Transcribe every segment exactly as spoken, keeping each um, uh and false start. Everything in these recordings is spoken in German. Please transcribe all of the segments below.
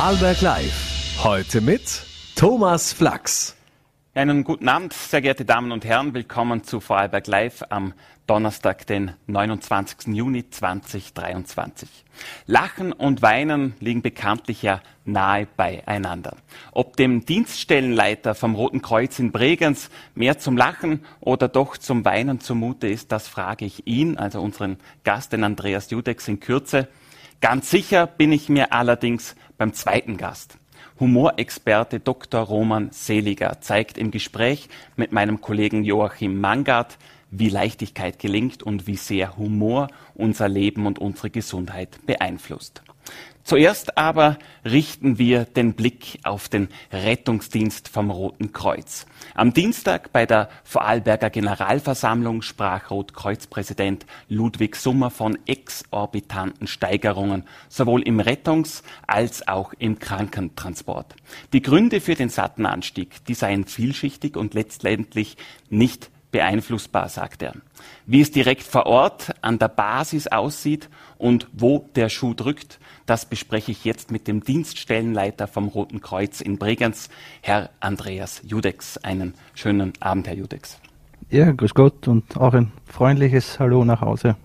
Vorarlberg Live. Heute mit Thomas Flachs. Einen guten Abend, sehr geehrte Damen und Herren. Willkommen zu Vorarlberg Live am Donnerstag, den neunundzwanzigsten Juni zweitausenddreiundzwanzig. Lachen und Weinen liegen bekanntlich ja nahe beieinander. Ob dem Dienststellenleiter vom Roten Kreuz in Bregenz mehr zum Lachen oder doch zum Weinen zumute ist, das frage ich ihn, also unseren Gast, den Andreas Judex, in Kürze. Ganz sicher bin ich mir allerdings beim zweiten Gast. Humorexperte Doktor Roman Seliger zeigt im Gespräch mit meinem Kollegen Joachim Mangard, wie Leichtigkeit gelingt und wie sehr Humor unser Leben und unsere Gesundheit beeinflusst. Zuerst aber richten wir den Blick auf den Rettungsdienst vom Roten Kreuz. Am Dienstag bei der Vorarlberger Generalversammlung sprach Rotkreuz-Präsident Ludwig Summer von exorbitanten Steigerungen, sowohl im Rettungs- als auch im Krankentransport. Die Gründe für den satten Anstieg, die seien vielschichtig und letztendlich nicht beeinflussbar, sagt er. Wie es direkt vor Ort an der Basis aussieht und wo der Schuh drückt, das bespreche ich jetzt mit dem Dienststellenleiter vom Roten Kreuz in Bregenz, Herr Andreas Judex. Einen schönen Abend, Herr Judex. Ja, grüß Gott und auch ein freundliches Hallo nach Hause.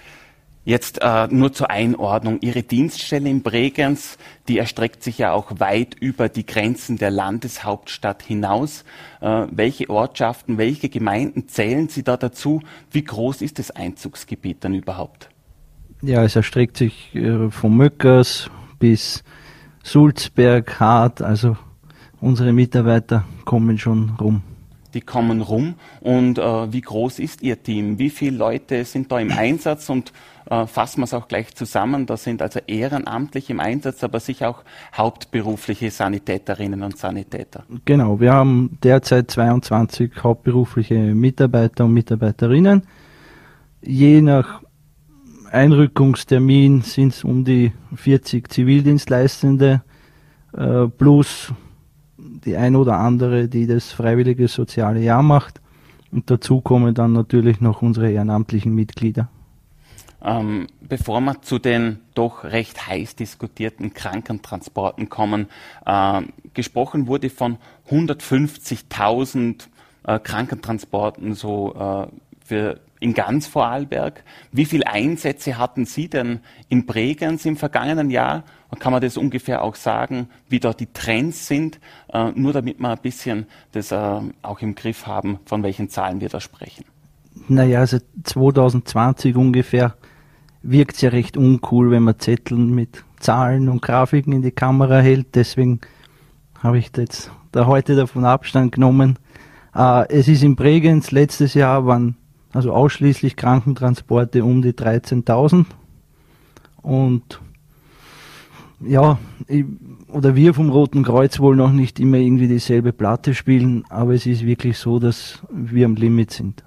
Jetzt äh, nur zur Einordnung. Ihre Dienststelle in Bregenz, die erstreckt sich ja auch weit über die Grenzen der Landeshauptstadt hinaus. Äh, welche Ortschaften, welche Gemeinden zählen Sie da dazu? Wie groß ist das Einzugsgebiet dann überhaupt? Ja, es erstreckt sich äh, von Möckers bis Sulzberg, Hart, also unsere Mitarbeiter kommen schon rum. Die kommen rum. Und äh, wie groß ist Ihr Team? Wie viele Leute sind da im Einsatz? Und äh, fassen wir es auch gleich zusammen. Da sind also ehrenamtlich im Einsatz, aber sicher auch hauptberufliche Sanitäterinnen und Sanitäter. Genau, wir haben derzeit zweiundzwanzig hauptberufliche Mitarbeiter und Mitarbeiterinnen. Je nach Einrückungstermin sind es um die vierzig Zivildienstleistende äh, plus die ein oder andere, die das freiwillige soziale Jahr macht. Und dazu kommen dann natürlich noch unsere ehrenamtlichen Mitglieder. Ähm, bevor wir zu den doch recht heiß diskutierten Krankentransporten kommen, äh, gesprochen wurde von hundertfünfzigtausend äh, Krankentransporten so äh, für in ganz Vorarlberg. Wie viele Einsätze hatten Sie denn in Bregenz im vergangenen Jahr? Und kann man das ungefähr auch sagen, wie dort die Trends sind, äh, nur damit wir ein bisschen das äh, auch im Griff haben, von welchen Zahlen wir da sprechen? Naja, also zweitausendzwanzig ungefähr wirkt es ja recht uncool, wenn man Zettel mit Zahlen und Grafiken in die Kamera hält. Deswegen habe ich da jetzt da heute davon Abstand genommen. Äh, es ist in Bregenz letztes Jahr waren also ausschließlich Krankentransporte um die dreizehntausend. Und ja, ich, oder wir vom Roten Kreuz wollen auch nicht immer irgendwie dieselbe Platte spielen, aber es ist wirklich so, dass wir am Limit sind.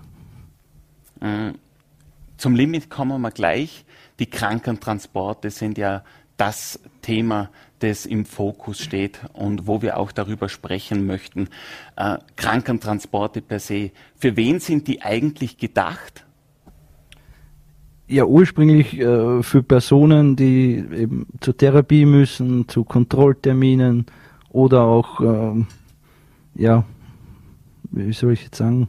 Äh, zum Limit kommen wir gleich. Die Krankentransporte sind ja das Thema, das im Fokus steht und wo wir auch darüber sprechen möchten. Äh, Krankentransporte per se, für wen sind die eigentlich gedacht? Ja, ursprünglich äh, für Personen, die eben zur Therapie müssen, zu Kontrollterminen oder auch, ähm, ja, wie soll ich jetzt sagen,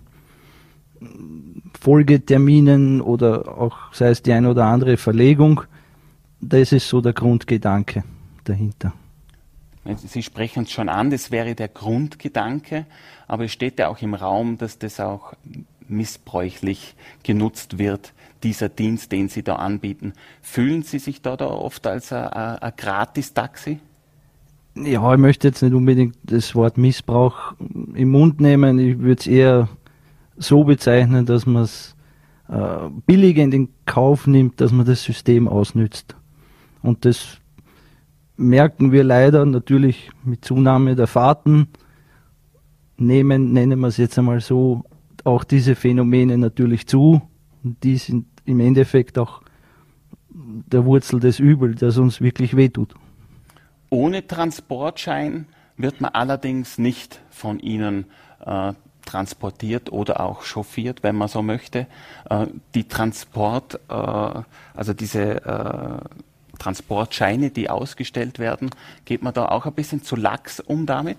Folgeterminen oder auch, sei es die eine oder andere Verlegung. Das ist so der Grundgedanke dahinter. Sie sprechen es schon an, das wäre der Grundgedanke, aber es steht ja auch im Raum, dass das auch missbräuchlich genutzt wird, dieser Dienst, den Sie da anbieten. Fühlen Sie sich da, da oft als ein Gratis-Taxi? Ja, ich möchte jetzt nicht unbedingt das Wort Missbrauch im Mund nehmen. Ich würde es eher so bezeichnen, dass man es äh, billigend in Kauf nimmt, dass man das System ausnützt. Und das merken wir leider natürlich mit Zunahme der Fahrten, nehmen, nennen wir es jetzt einmal so, auch diese Phänomene natürlich zu. Und die sind im Endeffekt auch der Wurzel des Übels, das uns wirklich wehtut. Ohne Transportschein wird man allerdings nicht von Ihnen äh, transportiert oder auch chauffiert, wenn man so möchte. Äh, die Transport, äh, also diese äh, Transportscheine, die ausgestellt werden. Geht man da auch ein bisschen zu lax um damit?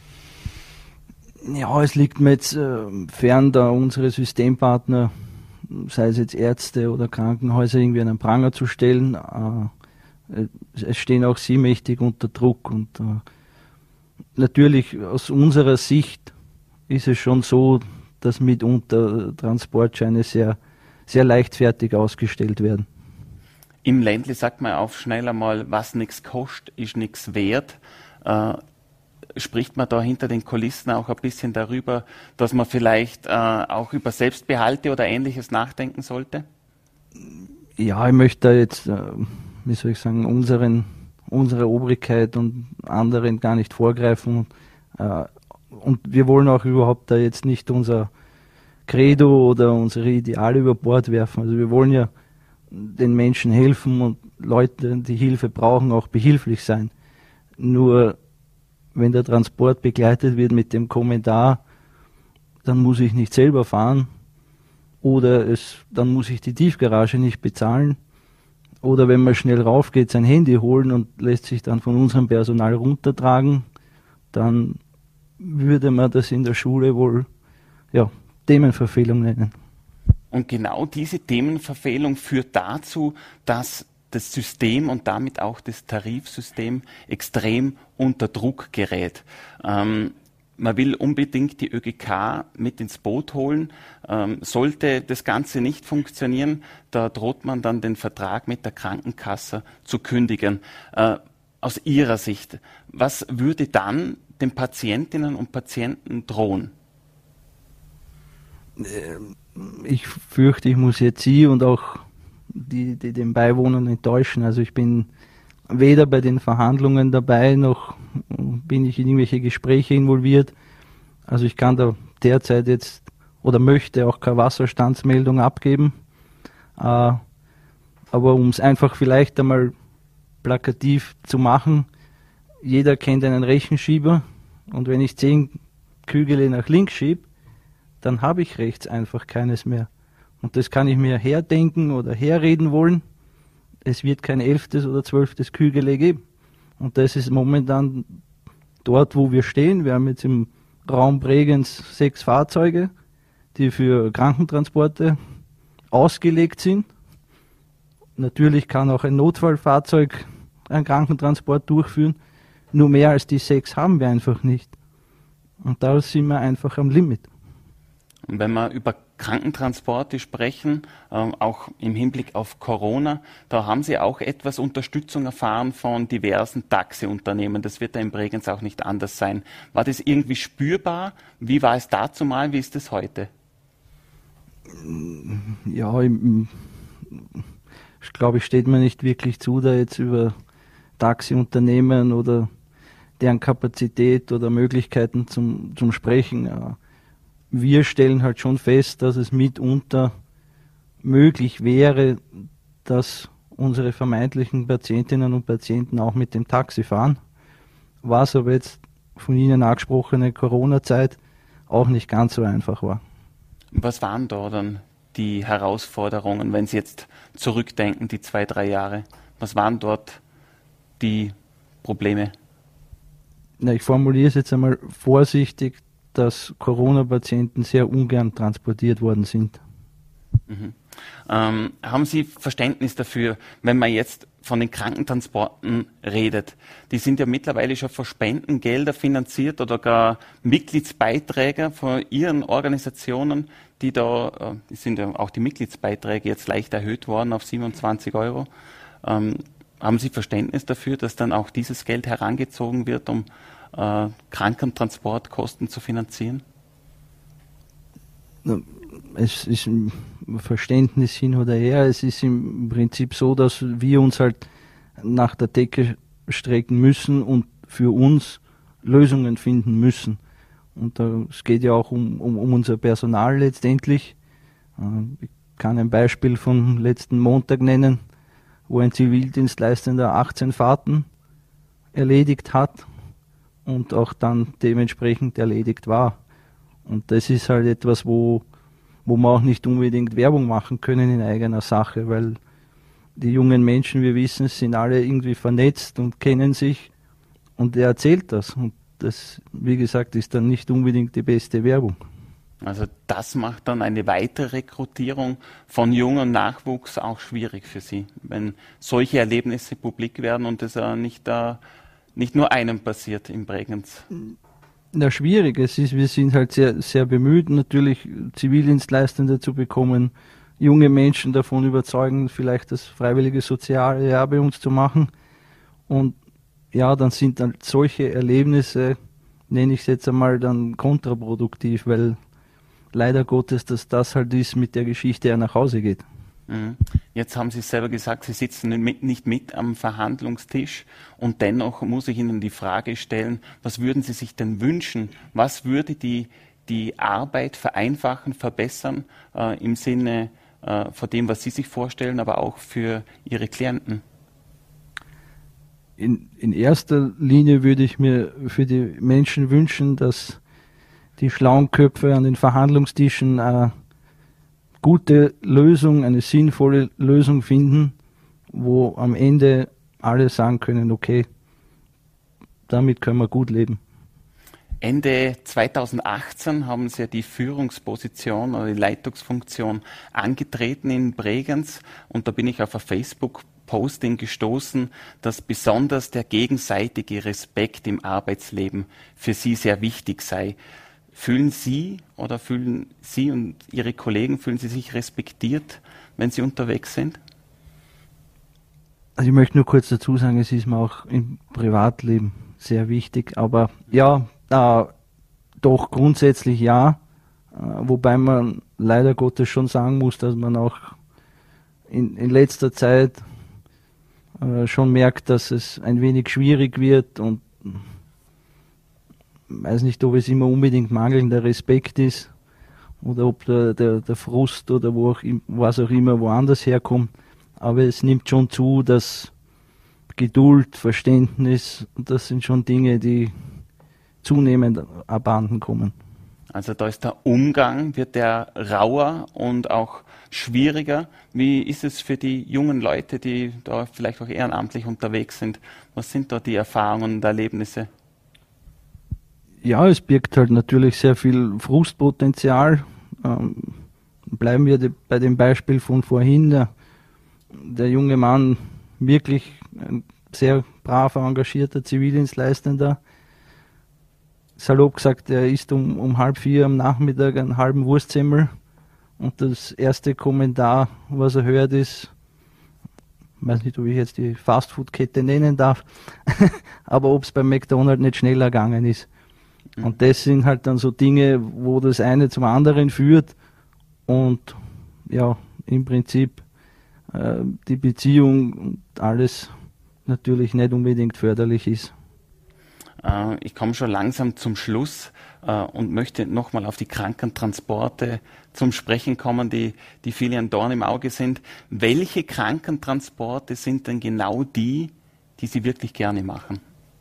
Ja, es liegt mir jetzt äh, fern, da unsere Systempartner, sei es jetzt Ärzte oder Krankenhäuser, irgendwie an den Pranger zu stellen. Äh, es stehen auch sie mächtig unter Druck. Und äh, natürlich aus unserer Sicht ist es schon so, dass mitunter Transportscheine sehr, sehr leichtfertig ausgestellt werden. Im Ländle sagt man auch schnell einmal, was nichts kostet, ist nichts wert. Äh, spricht man da hinter den Kulissen auch ein bisschen darüber, dass man vielleicht äh, auch über Selbstbehalte oder Ähnliches nachdenken sollte? Ja, ich möchte da jetzt, äh, wie soll ich sagen, unseren, unserer Obrigkeit und anderen gar nicht vorgreifen. Äh, und wir wollen auch überhaupt da jetzt nicht unser Credo oder unsere Ideale über Bord werfen. Also wir wollen ja den Menschen helfen und Leute, die Hilfe brauchen, auch behilflich sein. Nur wenn der Transport begleitet wird mit dem Kommentar, dann muss ich nicht selber fahren oder es, dann muss ich die Tiefgarage nicht bezahlen oder wenn man schnell raufgeht, sein Handy holen und lässt sich dann von unserem Personal runtertragen, dann würde man das in der Schule wohl ja, Themenverfehlung nennen. Und genau diese Themenverfehlung führt dazu, dass das System und damit auch das Tarifsystem extrem unter Druck gerät. Ähm, man will unbedingt die ÖGK mit ins Boot holen. Ähm, sollte das Ganze nicht funktionieren, da droht man dann den Vertrag mit der Krankenkasse zu kündigen. Äh, aus Ihrer Sicht, was würde dann den Patientinnen und Patienten drohen? Ich fürchte, ich muss jetzt Sie und auch die, die den Beiwohnern enttäuschen. Also ich bin weder bei den Verhandlungen dabei, noch bin ich in irgendwelche Gespräche involviert. Also ich kann da derzeit jetzt oder möchte auch keine Wasserstandsmeldung abgeben. Äh, aber um es einfach vielleicht einmal plakativ zu machen, jeder kennt einen Rechenschieber und wenn ich zehn Kügel nach links schiebe, dann habe ich rechts einfach keines mehr. Und das kann ich mir herdenken oder herreden wollen. Es wird kein elftes oder zwölftes Kügel geben. Und das ist momentan dort, wo wir stehen. Wir haben jetzt im Raum Bregenz sechs Fahrzeuge, die für Krankentransporte ausgelegt sind. Natürlich kann auch ein Notfallfahrzeug einen Krankentransport durchführen. Nur mehr als die sechs haben wir einfach nicht. Und da sind wir einfach am Limit. Und wenn wir über Krankentransporte sprechen, äh, auch im Hinblick auf Corona, da haben Sie auch etwas Unterstützung erfahren von diversen Taxiunternehmen. Das wird da in Bregenz auch nicht anders sein. War das irgendwie spürbar? Wie war es dazu mal? Wie ist es heute? Ja, ich, ich glaube, es steht mir nicht wirklich zu, da jetzt über Taxiunternehmen oder deren Kapazität oder Möglichkeiten zum, zum Sprechen. Ja. Wir stellen halt schon fest, dass es mitunter möglich wäre, dass unsere vermeintlichen Patientinnen und Patienten auch mit dem Taxi fahren, was aber jetzt von Ihnen angesprochene Corona-Zeit auch nicht ganz so einfach war. Was waren da dann die Herausforderungen, wenn Sie jetzt zurückdenken, die zwei, drei Jahre? Was waren dort die Probleme? Na, ich formuliere es jetzt einmal vorsichtig, dass Corona-Patienten sehr ungern transportiert worden sind. Mhm. Ähm, haben Sie Verständnis dafür, wenn man jetzt von den Krankentransporten redet? Die sind ja mittlerweile schon von Spendengelder finanziert oder gar Mitgliedsbeiträge von Ihren Organisationen, die da, äh, die sind ja auch die Mitgliedsbeiträge jetzt leicht erhöht worden auf siebenundzwanzig Euro. Ähm, haben Sie Verständnis dafür, dass dann auch dieses Geld herangezogen wird, um äh, Krankentransportkosten zu finanzieren? Es ist ein Verständnis hin oder her. Es ist im Prinzip so, dass wir uns halt nach der Decke strecken müssen und für uns Lösungen finden müssen. Und äh, es geht ja auch um, um, um unser Personal letztendlich. Äh, ich kann ein Beispiel vom letzten Montag nennen, wo ein Zivildienstleistender achtzehn Fahrten erledigt hat und auch dann dementsprechend erledigt war. Und das ist halt etwas, wo, wo wir auch nicht unbedingt Werbung machen können in eigener Sache, weil die jungen Menschen, wir wissen, sind alle irgendwie vernetzt und kennen sich und er erzählt das. Und das, wie gesagt, ist dann nicht unbedingt die beste Werbung. Also das macht dann eine weitere Rekrutierung von jungem Nachwuchs auch schwierig für Sie, wenn solche Erlebnisse publik werden und es äh, nicht, äh, nicht nur einem passiert in Bregenz. Na, schwierig. Es ist, wir sind halt sehr, sehr bemüht, natürlich Zivildienstleistende zu bekommen, junge Menschen davon überzeugen, vielleicht das freiwillige soziale Jahr bei uns zu machen. Und ja, dann sind dann solche Erlebnisse, nenne ich es jetzt einmal, dann kontraproduktiv, weil leider Gottes, dass das halt ist mit der Geschichte, er nach Hause geht. Jetzt haben Sie selber gesagt, Sie sitzen nicht mit am Verhandlungstisch und dennoch muss ich Ihnen die Frage stellen, was würden Sie sich denn wünschen? Was würde die, die Arbeit vereinfachen, verbessern äh, im Sinne äh, von dem, was Sie sich vorstellen, aber auch für Ihre Klienten? In, in erster Linie würde ich mir für die Menschen wünschen, dass die schlauen Köpfe an den Verhandlungstischen eine gute Lösung, eine sinnvolle Lösung finden, wo am Ende alle sagen können, okay, damit können wir gut leben. Ende zweitausendachtzehn haben Sie ja die Führungsposition oder die Leitungsfunktion angetreten in Bregenz und da bin ich auf ein Facebook-Posting gestoßen, dass besonders der gegenseitige Respekt im Arbeitsleben für Sie sehr wichtig sei. Fühlen Sie oder fühlen Sie und Ihre Kollegen, fühlen Sie sich respektiert, wenn Sie unterwegs sind? Also ich möchte nur kurz dazu sagen, es ist mir auch im Privatleben sehr wichtig, aber ja, äh, doch grundsätzlich ja, äh, wobei man leider Gottes schon sagen muss, dass man auch in, in letzter Zeit äh, schon merkt, dass es ein wenig schwierig wird und weiß nicht, ob es immer unbedingt mangelnder Respekt ist oder ob der, der, der Frust oder wo auch, was auch immer woanders herkommt. Aber es nimmt schon zu, dass Geduld, Verständnis, das sind schon Dinge, die zunehmend abhanden kommen. Also da ist der Umgang, wird der rauer und auch schwieriger. Wie ist es für die jungen Leute, die da vielleicht auch ehrenamtlich unterwegs sind? Was sind da die Erfahrungen und Erlebnisse? Ja, es birgt halt natürlich sehr viel Frustpotenzial. Ähm, bleiben wir de, bei dem Beispiel von vorhin. Der, der junge Mann, wirklich ein sehr braver, engagierter Zivildienstleistender. Salopp gesagt, er isst um, um halb vier am Nachmittag einen halben Wurstsemmel und das erste Kommentar, was er hört, ist, ich weiß nicht, ob ich jetzt die Fastfood-Kette nennen darf, aber ob es beim McDonald's nicht schneller gegangen ist. Und das sind halt dann so Dinge, wo das eine zum anderen führt und ja, im Prinzip äh, die Beziehung und alles natürlich nicht unbedingt förderlich ist. Äh, ich komme schon langsam zum Schluss äh, und möchte nochmal auf die Krankentransporte zum Sprechen kommen, die, die viele ein Dorn im Auge sind. Welche Krankentransporte sind denn genau die, die Sie wirklich gerne machen?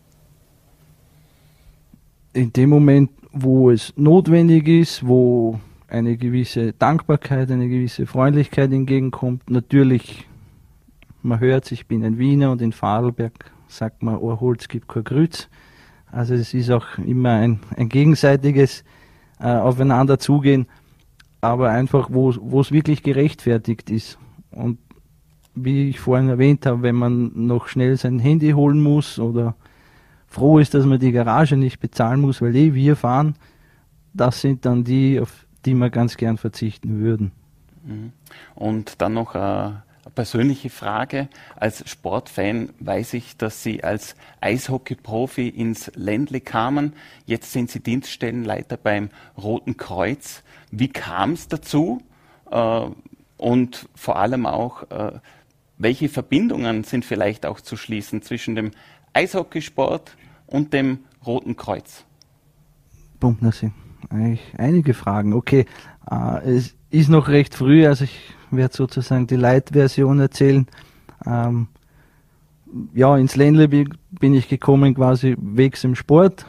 In dem Moment, wo es notwendig ist, wo eine gewisse Dankbarkeit, eine gewisse Freundlichkeit entgegenkommt, natürlich, man hört, ich bin ein Wiener und in Vorarlberg sagt man, ein Holz gibt kein Grütz. Also es ist auch immer ein, ein gegenseitiges äh, Aufeinander zugehen, aber einfach, wo wo es wirklich gerechtfertigt ist. Und wie ich vorhin erwähnt habe, wenn man noch schnell sein Handy holen muss oder froh ist, dass man die Garage nicht bezahlen muss, weil eh wir fahren, das sind dann die, auf die wir ganz gern verzichten würden. Und dann noch eine persönliche Frage. Als Sportfan weiß ich, dass Sie als Eishockey-Profi ins Ländle kamen. Jetzt sind Sie Dienststellenleiter beim Roten Kreuz. Wie kam es dazu? Und vor allem auch, welche Verbindungen sind vielleicht auch zu schließen zwischen dem Eishockeysport und dem Roten Kreuz? Pumpner sind eigentlich einige Fragen. Okay, äh, es ist noch recht früh, also ich werde sozusagen die Light-Version erzählen. Ähm, ja, ins Ländle bin ich gekommen quasi wegs im Sport.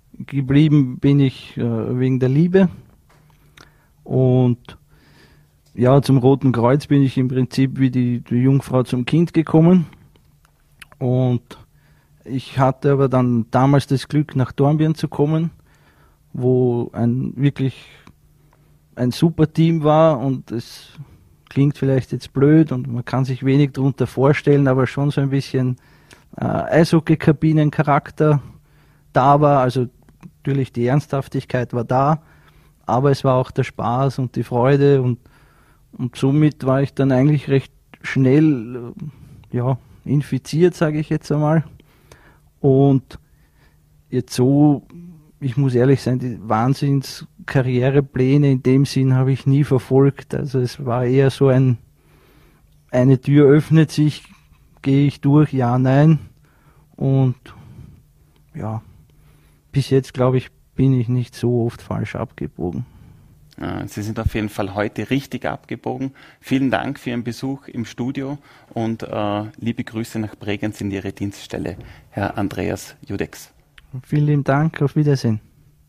Geblieben bin ich äh, wegen der Liebe. Und ja, zum Roten Kreuz bin ich im Prinzip wie die, die Jungfrau zum Kind gekommen. Und ich hatte aber dann damals das Glück, nach Dornbirn zu kommen, wo ein wirklich ein super Team war, und es klingt vielleicht jetzt blöd und man kann sich wenig darunter vorstellen, aber schon so ein bisschen äh, Eishockey-Kabinen-Charakter da war. Also natürlich die Ernsthaftigkeit war da, aber es war auch der Spaß und die Freude, und, und somit war ich dann eigentlich recht schnell äh, ja, infiziert, sage ich jetzt einmal. Und jetzt so, ich muss ehrlich sein, die Wahnsinns-Karrierepläne in dem Sinn habe ich nie verfolgt. Also es war eher so ein, eine Tür öffnet sich, gehe ich durch, ja, nein. Und ja, bis jetzt, glaube ich, bin ich nicht so oft falsch abgebogen. Sie sind auf jeden Fall heute richtig abgebogen. Vielen Dank für Ihren Besuch im Studio und äh, liebe Grüße nach Bregenz in Ihre Dienststelle, Herr Andreas Judex. Vielen lieben Dank, auf Wiedersehen.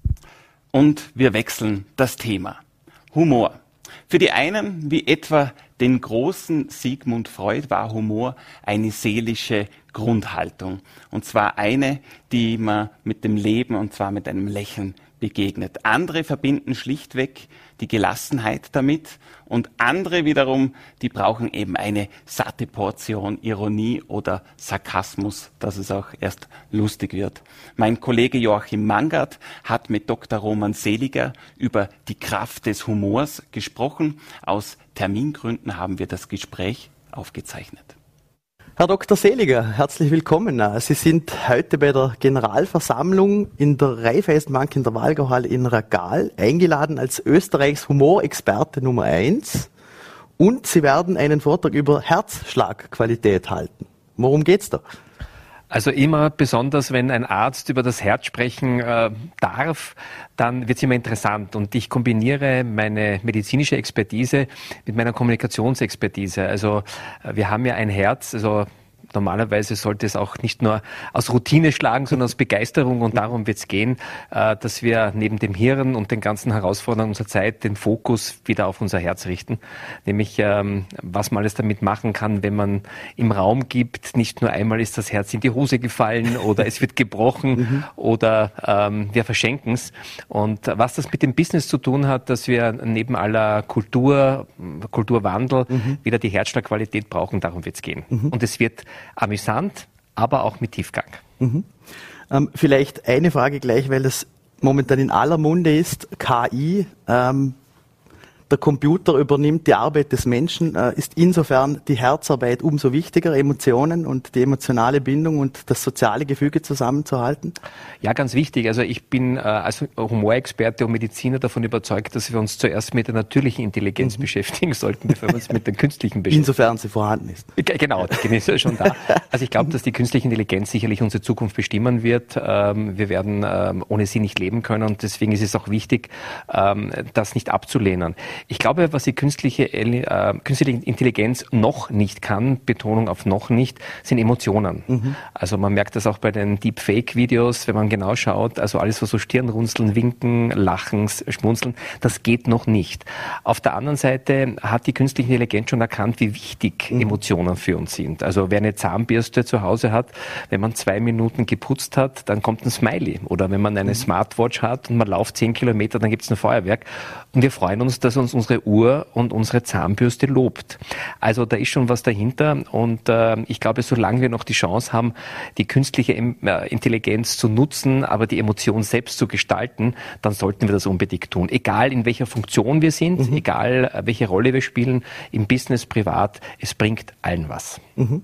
Und wir wechseln das Thema. Humor. Für die einen, wie etwa den großen Sigmund Freud, war Humor eine seelische Grundhaltung. Und zwar eine, die man mit dem Leben, und zwar mit einem Lächeln, begegnet. Andere verbinden schlichtweg die Gelassenheit damit, und andere wiederum, die brauchen eben eine satte Portion Ironie oder Sarkasmus, dass es auch erst lustig wird. Mein Kollege Joachim Mangert hat mit Doktor Roman Seliger über die Kraft des Humors gesprochen. Aus Termingründen haben wir das Gespräch aufgezeichnet. Herr Doktor Seliger, herzlich willkommen. Sie sind heute bei der Generalversammlung in der Raiffeisenbank in der Walgauhalle in Ragal eingeladen als Österreichs Humorexperte Nummer eins, und Sie werden einen Vortrag über Herzschlagqualität halten. Worum geht's da? Also immer besonders, wenn ein Arzt über das Herz sprechen äh, darf, dann wird es immer interessant. Und ich kombiniere meine medizinische Expertise mit meiner Kommunikationsexpertise. Also äh, wir haben ja ein Herz, also normalerweise sollte es auch nicht nur aus Routine schlagen, sondern aus Begeisterung. Und darum wird es gehen, äh, dass wir neben dem Hirn und den ganzen Herausforderungen unserer Zeit den Fokus wieder auf unser Herz richten. Nämlich, ähm, was man alles damit machen kann, wenn man im Raum gibt, nicht nur einmal ist das Herz in die Hose gefallen oder es wird gebrochen mhm. oder ähm, wir verschenken es. Und was das mit dem Business zu tun hat, dass wir neben aller Kultur, Kulturwandel mhm. wieder die Herzschlagqualität brauchen, darum wird es gehen. Mhm. Und es wird amüsant, aber auch mit Tiefgang. Mhm. Ähm, vielleicht eine Frage gleich, weil das momentan in aller Munde ist. K I, ähm, der Computer übernimmt die Arbeit des Menschen, äh, ist insofern die Herzarbeit umso wichtiger, Emotionen und die emotionale Bindung und das soziale Gefüge zusammenzuhalten? Ja, ganz wichtig. Also ich bin äh, als Humorexperte und Mediziner davon überzeugt, dass wir uns zuerst mit der natürlichen Intelligenz mhm. beschäftigen sollten, bevor wir uns mit der künstlichen beschäftigen. Insofern sie vorhanden ist. Genau, die ist schon da. Also ich glaube, dass die künstliche Intelligenz sicherlich unsere Zukunft bestimmen wird. Ähm, wir werden ähm, ohne sie nicht leben können, und deswegen ist es auch wichtig, ähm, das nicht abzulehnen. Ich glaube, was die künstliche, äh, künstliche Intelligenz noch nicht kann, Betonung auf noch nicht, sind Emotionen. Mhm. Also man merkt das auch bei den Deepfake-Videos, wenn man genau schaut, also alles, was so Stirnrunzeln, Winken, Lachen, Schmunzeln, das geht noch nicht. Auf der anderen Seite hat die künstliche Intelligenz schon erkannt, wie wichtig mhm. Emotionen für uns sind. Also wer eine Zahnbürste zu Hause hat, wenn man zwei Minuten geputzt hat, dann kommt ein Smiley. Oder wenn man eine mhm. Smartwatch hat und man läuft zehn Kilometer, dann gibt es ein Feuerwerk. Und wir freuen uns, dass uns unsere Uhr und unsere Zahnbürste lobt. Also da ist schon was dahinter, und äh, ich glaube, solange wir noch die Chance haben, die künstliche äh, Intelligenz zu nutzen, aber die Emotion selbst zu gestalten, dann sollten wir das unbedingt tun. Egal in welcher Funktion wir sind, mhm. egal äh, welche Rolle wir spielen, im Business, privat, es bringt allen was. Mhm.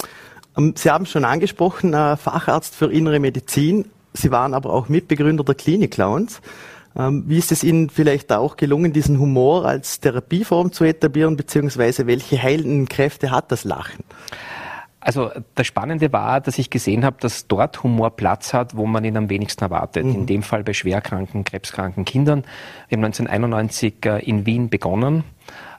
Sie haben schon angesprochen, äh, Facharzt für Innere Medizin. Sie waren aber auch Mitbegründer der Clinic Clowns. Wie ist es Ihnen vielleicht auch gelungen, diesen Humor als Therapieform zu etablieren, beziehungsweise welche heilenden Kräfte hat das Lachen? Also das Spannende war, dass ich gesehen habe, dass dort Humor Platz hat, wo man ihn am wenigsten erwartet. Mhm. In dem Fall bei schwerkranken, krebskranken Kindern. Wir haben neunzehnhunderteinundneunzig in Wien begonnen.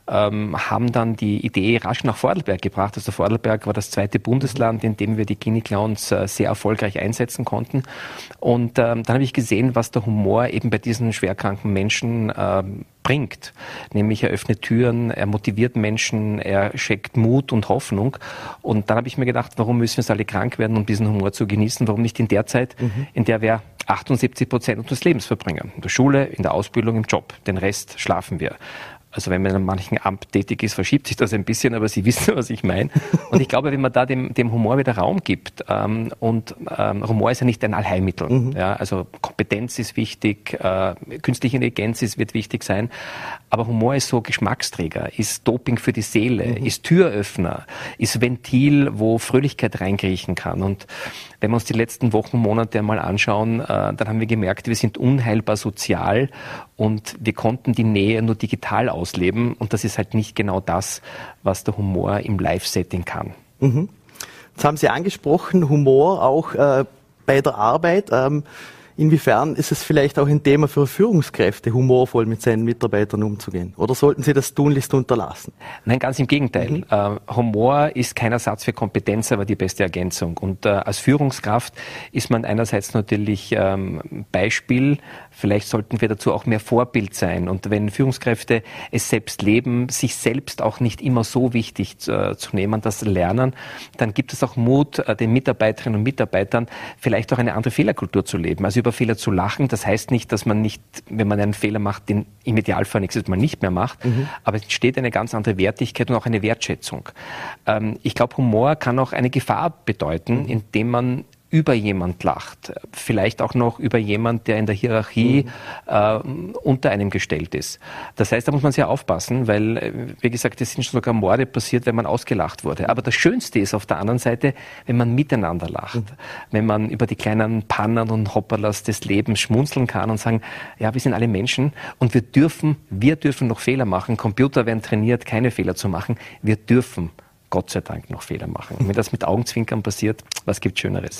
ähm, haben dann die Idee rasch nach Vorarlberg gebracht. Also Vorarlberg war das zweite Bundesland, in dem wir die Genie-Clowns äh, sehr erfolgreich einsetzen konnten. Und ähm, dann habe ich gesehen, was der Humor eben bei diesen schwerkranken Menschen ähm, bringt. Nämlich er öffnet Türen, er motiviert Menschen, er schenkt Mut und Hoffnung. Und dann habe ich mir gedacht, warum müssen wir es alle krank werden, um diesen Humor zu genießen? Warum nicht in der Zeit, mhm. in der wir achtundsiebzig Prozent unseres Lebens verbringen? In der Schule, in der Ausbildung, im Job. Den Rest schlafen wir. Also wenn man in manchen Amt tätig ist, verschiebt sich das ein bisschen, aber Sie wissen, was ich meine. Und ich glaube, wenn man da dem, dem Humor wieder Raum gibt, ähm, und ähm, Humor ist ja nicht ein Allheilmittel. Mhm. Ja, also Kompetenz ist wichtig, äh, künstliche Intelligenz ist, wird wichtig sein, aber Humor ist so Geschmacksträger, ist Doping für die Seele, mhm. ist Türöffner, ist Ventil, wo Fröhlichkeit reinkriechen kann. Und wenn wir uns die letzten Wochen, Monate einmal anschauen, äh, dann haben wir gemerkt, wir sind unheilbar sozial und wir konnten die Nähe nur digital ausleben. Und das ist halt nicht genau das, was der Humor im Live-Setting kann. Mhm. Jetzt haben Sie angesprochen, Humor auch äh, bei der Arbeit. Ähm, inwiefern ist es vielleicht auch ein Thema für Führungskräfte, humorvoll mit seinen Mitarbeitern umzugehen? Oder sollten Sie das tunlichst unterlassen? Nein, ganz im Gegenteil. Mhm. Äh, Humor ist kein Ersatz für Kompetenz, aber die beste Ergänzung. Und äh, als Führungskraft ist man einerseits natürlich ähm, Beispiel. Vielleicht sollten wir dazu auch mehr Vorbild sein. Und wenn Führungskräfte es selbst leben, sich selbst auch nicht immer so wichtig äh, zu nehmen, das lernen, dann gibt es auch Mut, äh, den Mitarbeiterinnen und Mitarbeitern vielleicht auch eine andere Fehlerkultur zu leben. Also über Fehler zu lachen, das heißt nicht, dass man nicht, wenn man einen Fehler macht, den im Idealfall nächstes Mal nicht mehr macht, mhm. aber es entsteht eine ganz andere Wertigkeit und auch eine Wertschätzung. Ähm, ich glaube, Humor kann auch eine Gefahr bedeuten, mhm. indem man über jemand lacht, vielleicht auch noch über jemand, der in der Hierarchie mhm. äh, unter einem gestellt ist. Das heißt, da muss man sehr aufpassen, weil, wie gesagt, es sind schon sogar Morde passiert, wenn man ausgelacht wurde. Aber das Schönste ist auf der anderen Seite, wenn man miteinander lacht, mhm. wenn man über die kleinen Pannen und Hopperlas des Lebens schmunzeln kann und sagen, ja, wir sind alle Menschen und wir dürfen, wir dürfen noch Fehler machen. Computer werden trainiert, keine Fehler zu machen. Wir dürfen Gott sei Dank noch Fehler machen. Und wenn das mit Augenzwinkern passiert, was gibt Schöneres?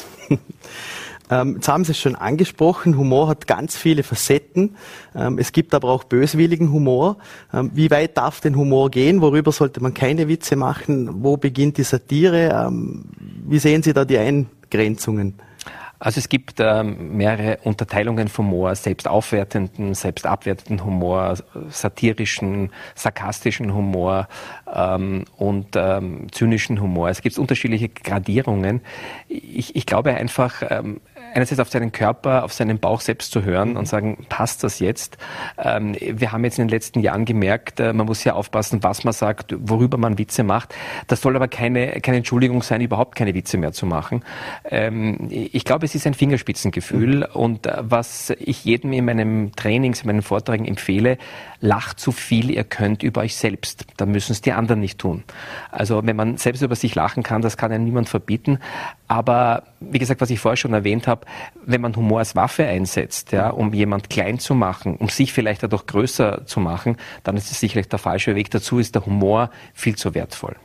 Ähm, jetzt haben Sie es schon angesprochen, Humor hat ganz viele Facetten. Ähm, es gibt aber auch böswilligen Humor. Ähm, wie weit darf denn Humor gehen? Worüber sollte man keine Witze machen? Wo beginnt die Satire? Ähm, wie sehen Sie da die Eingrenzungen? Also es gibt ähm, mehrere Unterteilungen von Humor, selbstaufwertenden, selbstabwertenden Humor, satirischen, sarkastischen Humor ähm, und ähm, zynischen Humor. Es gibt unterschiedliche Gradierungen. Ich, ich glaube einfach, ähm, einerseits auf seinen Körper, auf seinen Bauch selbst zu hören mhm. und sagen, passt das jetzt? Ähm, wir haben jetzt in den letzten Jahren gemerkt, äh, man muss sehr aufpassen, was man sagt, worüber man Witze macht. Das soll aber keine, keine Entschuldigung sein, überhaupt keine Witze mehr zu machen. Ähm, ich glaube, es ist ein Fingerspitzengefühl mhm. und äh, was ich jedem in meinem Trainings, in meinen Vorträgen empfehle, lacht so viel ihr könnt über euch selbst. Da müssen es die anderen nicht tun. Also wenn man selbst über sich lachen kann, das kann einem niemand verbieten. Aber wie gesagt, was ich vorher schon erwähnt habe, wenn man Humor als Waffe einsetzt, ja, um jemand klein zu machen, um sich vielleicht dadurch größer zu machen, dann ist es sicherlich der falsche Weg. Dazu ist der Humor viel zu wertvoll.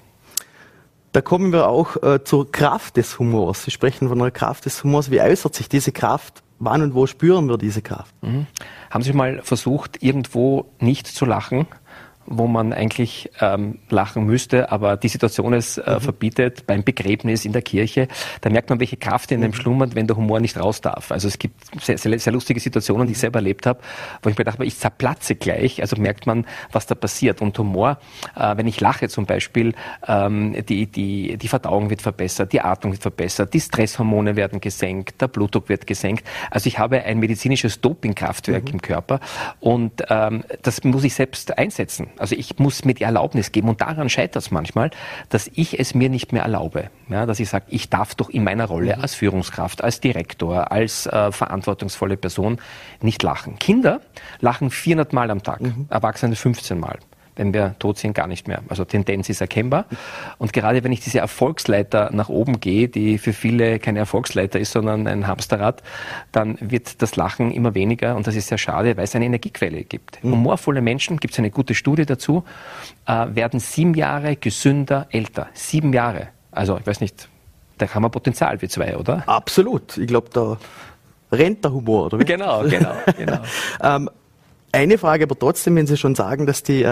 Da kommen wir auch äh, zur Kraft des Humors. Sie sprechen von der Kraft des Humors. Wie äußert sich diese Kraft? Wann und wo spüren wir diese Kraft? Mhm. Haben Sie mal versucht, irgendwo nicht zu lachen, wo man eigentlich ähm, lachen müsste, aber die Situation es äh, mhm. verbietet, beim Begräbnis in der Kirche, da merkt man, welche Kraft in einem mhm. schlummert, wenn der Humor nicht raus darf. Also es gibt sehr, sehr, sehr lustige Situationen, die ich selber erlebt habe, wo ich mir dachte, ich zerplatze gleich, also merkt man, was da passiert. Und Humor, äh, wenn ich lache zum Beispiel, ähm, die, die, die Verdauung wird verbessert, die Atmung wird verbessert, die Stresshormone werden gesenkt, der Blutdruck wird gesenkt. Also ich habe ein medizinisches Dopingkraftwerk mhm. im Körper und ähm, das muss ich selbst einsetzen. Also ich muss mir die Erlaubnis geben und daran scheitert es manchmal, dass ich es mir nicht mehr erlaube. Ja, dass ich sage, ich darf doch in meiner Rolle als Führungskraft, als Direktor, als äh, verantwortungsvolle Person nicht lachen. Kinder lachen vierhundert Mal am Tag, mhm. Erwachsene fünfzehn Mal. Wenn wir tot sind, gar nicht mehr. Also Tendenz ist erkennbar. Und gerade wenn ich diese Erfolgsleiter nach oben gehe, die für viele keine Erfolgsleiter ist, sondern ein Hamsterrad, dann wird das Lachen immer weniger und das ist sehr schade, weil es eine Energiequelle gibt. Mhm. Humorvolle Menschen, gibt es eine gute Studie dazu, äh, werden sieben Jahre gesünder älter. Sieben Jahre. Also ich weiß nicht, da haben wir Potenzial für zwei, oder? Absolut. Ich glaube, da rennt der Humor, oder wie? Genau, genau, genau. ähm, Eine Frage aber trotzdem, wenn Sie schon sagen, dass die ähm,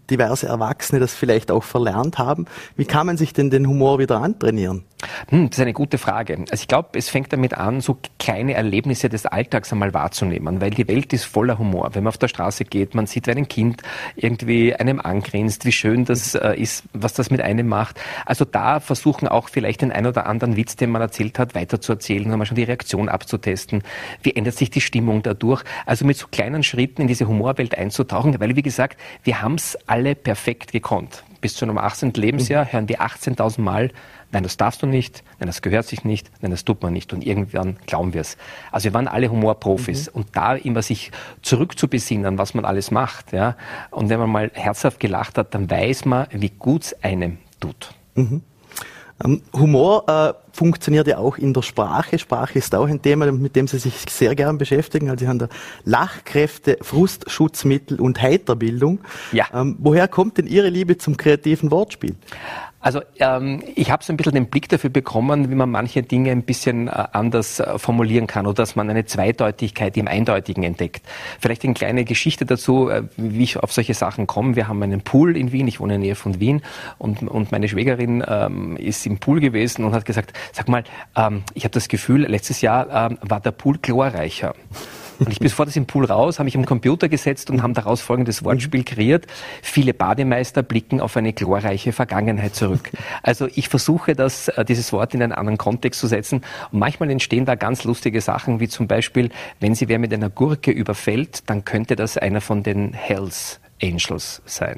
diverse Erwachsene das vielleicht auch verlernt haben. Wie kann man sich denn den Humor wieder antrainieren? Hm, das ist eine gute Frage. Also ich glaube, es fängt damit an, so kleine Erlebnisse des Alltags einmal wahrzunehmen, weil die Welt ist voller Humor. Wenn man auf der Straße geht, man sieht, wie ein Kind irgendwie einem angrinst, wie schön das äh, ist, was das mit einem macht. Also da versuchen auch vielleicht den ein oder anderen Witz, den man erzählt hat, weiter zu erzählen, nochmal schon die Reaktion abzutesten. Wie ändert sich die Stimmung dadurch? Also mit so kleinen Schritten in diese Humorwelt einzutauchen, weil, wie gesagt, wir haben es alle perfekt gekonnt. Bis zu einem achtzehnten Lebensjahr hören wir achtzehntausend Mal, nein, das darfst du nicht, nein, das gehört sich nicht, nein, das tut man nicht. Und irgendwann glauben wir es. Also wir waren alle Humorprofis. Mhm. Und da immer sich zurückzubesinnen, was man alles macht. Ja, und wenn man mal herzhaft gelacht hat, dann weiß man, wie gut es einem tut. Mhm. Ähm, Humor äh, funktioniert ja auch in der Sprache. Sprache ist auch ein Thema, mit dem Sie sich sehr gern beschäftigen. Also Sie haben da Lachkräfte, Frustschutzmittel und Heiterbildung. Ja. Ähm, woher kommt denn Ihre Liebe zum kreativen Wortspiel? Also ähm, ich habe so ein bisschen den Blick dafür bekommen, wie man manche Dinge ein bisschen äh, anders äh, formulieren kann oder dass man eine Zweideutigkeit im Eindeutigen entdeckt. Vielleicht eine kleine Geschichte dazu, äh, wie ich auf solche Sachen komme. Wir haben einen Pool in Wien, ich wohne in der Nähe von Wien und, und meine Schwägerin ähm, ist im Pool gewesen und hat gesagt, sag mal, ähm, ich habe das Gefühl, letztes Jahr ähm, war der Pool chlorreicher. Und ich bin sofort aus dem Pool raus, habe mich am Computer gesetzt und haben daraus folgendes Wortspiel kreiert. Viele Bademeister blicken auf eine glorreiche Vergangenheit zurück. Also ich versuche, das, dieses Wort in einen anderen Kontext zu setzen. Und manchmal entstehen da ganz lustige Sachen, wie zum Beispiel, wenn sie wer mit einer Gurke überfällt, dann könnte das einer von den Hells Angels sein.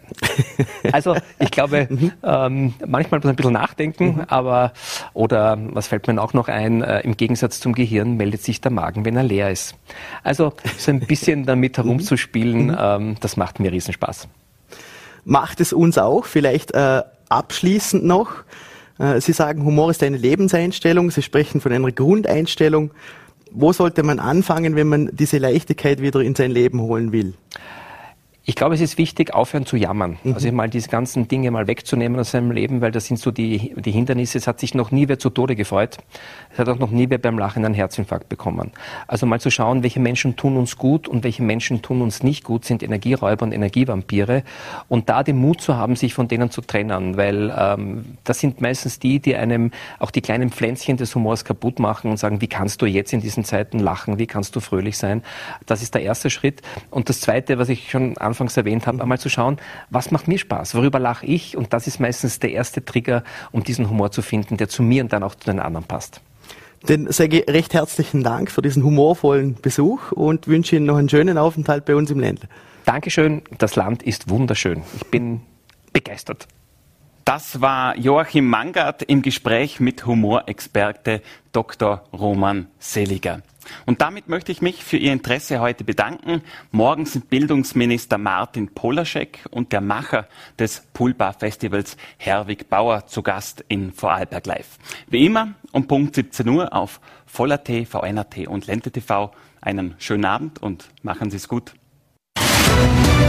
Also ich glaube, ähm, manchmal muss man ein bisschen nachdenken, mhm. aber, oder was fällt mir auch noch ein, äh, im Gegensatz zum Gehirn meldet sich der Magen, wenn er leer ist. Also so ein bisschen damit herumzuspielen, mhm. ähm, das macht mir Riesenspaß. Macht es uns auch, vielleicht äh, abschließend noch, äh, Sie sagen, Humor ist eine Lebenseinstellung, Sie sprechen von einer Grundeinstellung. Wo sollte man anfangen, wenn man diese Leichtigkeit wieder in sein Leben holen will? Ich glaube, es ist wichtig, aufhören zu jammern. Mhm. Also mal diese ganzen Dinge mal wegzunehmen aus seinem Leben, weil das sind so die, die Hindernisse. Es hat sich noch nie wer zu Tode gefreut. Es hat auch noch nie wer beim Lachen einen Herzinfarkt bekommen. Also mal zu schauen, welche Menschen tun uns gut und welche Menschen tun uns nicht gut, sind Energieräuber und Energievampire. Und da den Mut zu haben, sich von denen zu trennen, weil ähm, das sind meistens die, die einem auch die kleinen Pflänzchen des Humors kaputt machen und sagen, wie kannst du jetzt in diesen Zeiten lachen, wie kannst du fröhlich sein? Das ist der erste Schritt. Und das Zweite, was ich schon anfangs erwähnt habe, einmal zu schauen, was macht mir Spaß, worüber lache ich? Und das ist meistens der erste Trigger, um diesen Humor zu finden, der zu mir und dann auch zu den anderen passt. Dann sage ich recht herzlichen Dank für diesen humorvollen Besuch und wünsche Ihnen noch einen schönen Aufenthalt bei uns im Ländle. Dankeschön, das Land ist wunderschön. Ich bin begeistert. Das war Joachim Mangert im Gespräch mit Humorexperte Doktor Roman Seliger. Und damit möchte ich mich für Ihr Interesse heute bedanken. Morgen sind Bildungsminister Martin Polaschek und der Macher des Poolbar-Festivals Herwig Bauer zu Gast in Vorarlberg Live. Wie immer um Punkt siebzehn Uhr auf Voll.at, V N A T und Ländle T V. Einen schönen Abend und machen Sie es gut.